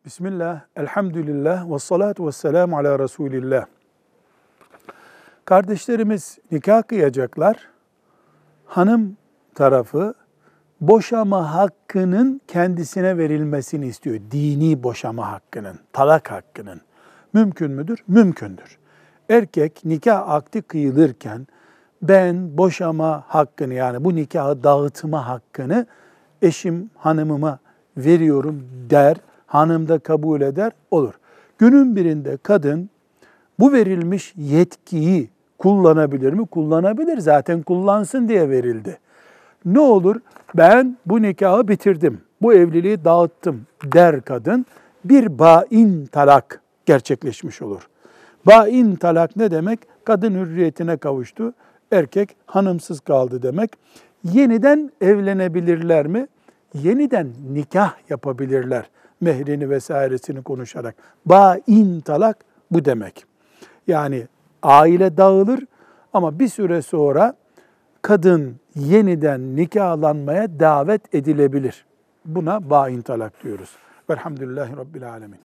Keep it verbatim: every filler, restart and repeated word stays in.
Bismillah, elhamdülillah, ve salatu ve selamu ala Resulillah. Kardeşlerimiz nikah kıyacaklar. Hanım tarafı boşama hakkının kendisine verilmesini istiyor. Dini boşama hakkının, talak hakkının. Mümkün müdür? Mümkündür. Erkek nikah akdi kıyılırken ben boşama hakkını, yani bu nikahı dağıtma hakkını eşim hanımıma veriyorum der. Hanım da kabul eder, olur. Günün birinde kadın bu verilmiş yetkiyi kullanabilir mi? Kullanabilir. Zaten kullansın diye verildi. Ne olur? Ben bu nikahı bitirdim, bu evliliği dağıttım der kadın. Bir bain talak gerçekleşmiş olur. Bain talak ne demek? Kadın hürriyetine kavuştu, erkek hanımsız kaldı demek. Yeniden evlenebilirler mi? Yeniden nikah yapabilirler. Mehrini vesairesini konuşarak. Bain talak bu demek. Yani aile dağılır ama bir süre sonra kadın yeniden nikahlanmaya davet edilebilir. Buna bain talak diyoruz. Velhamdülillahi Rabbil alemin.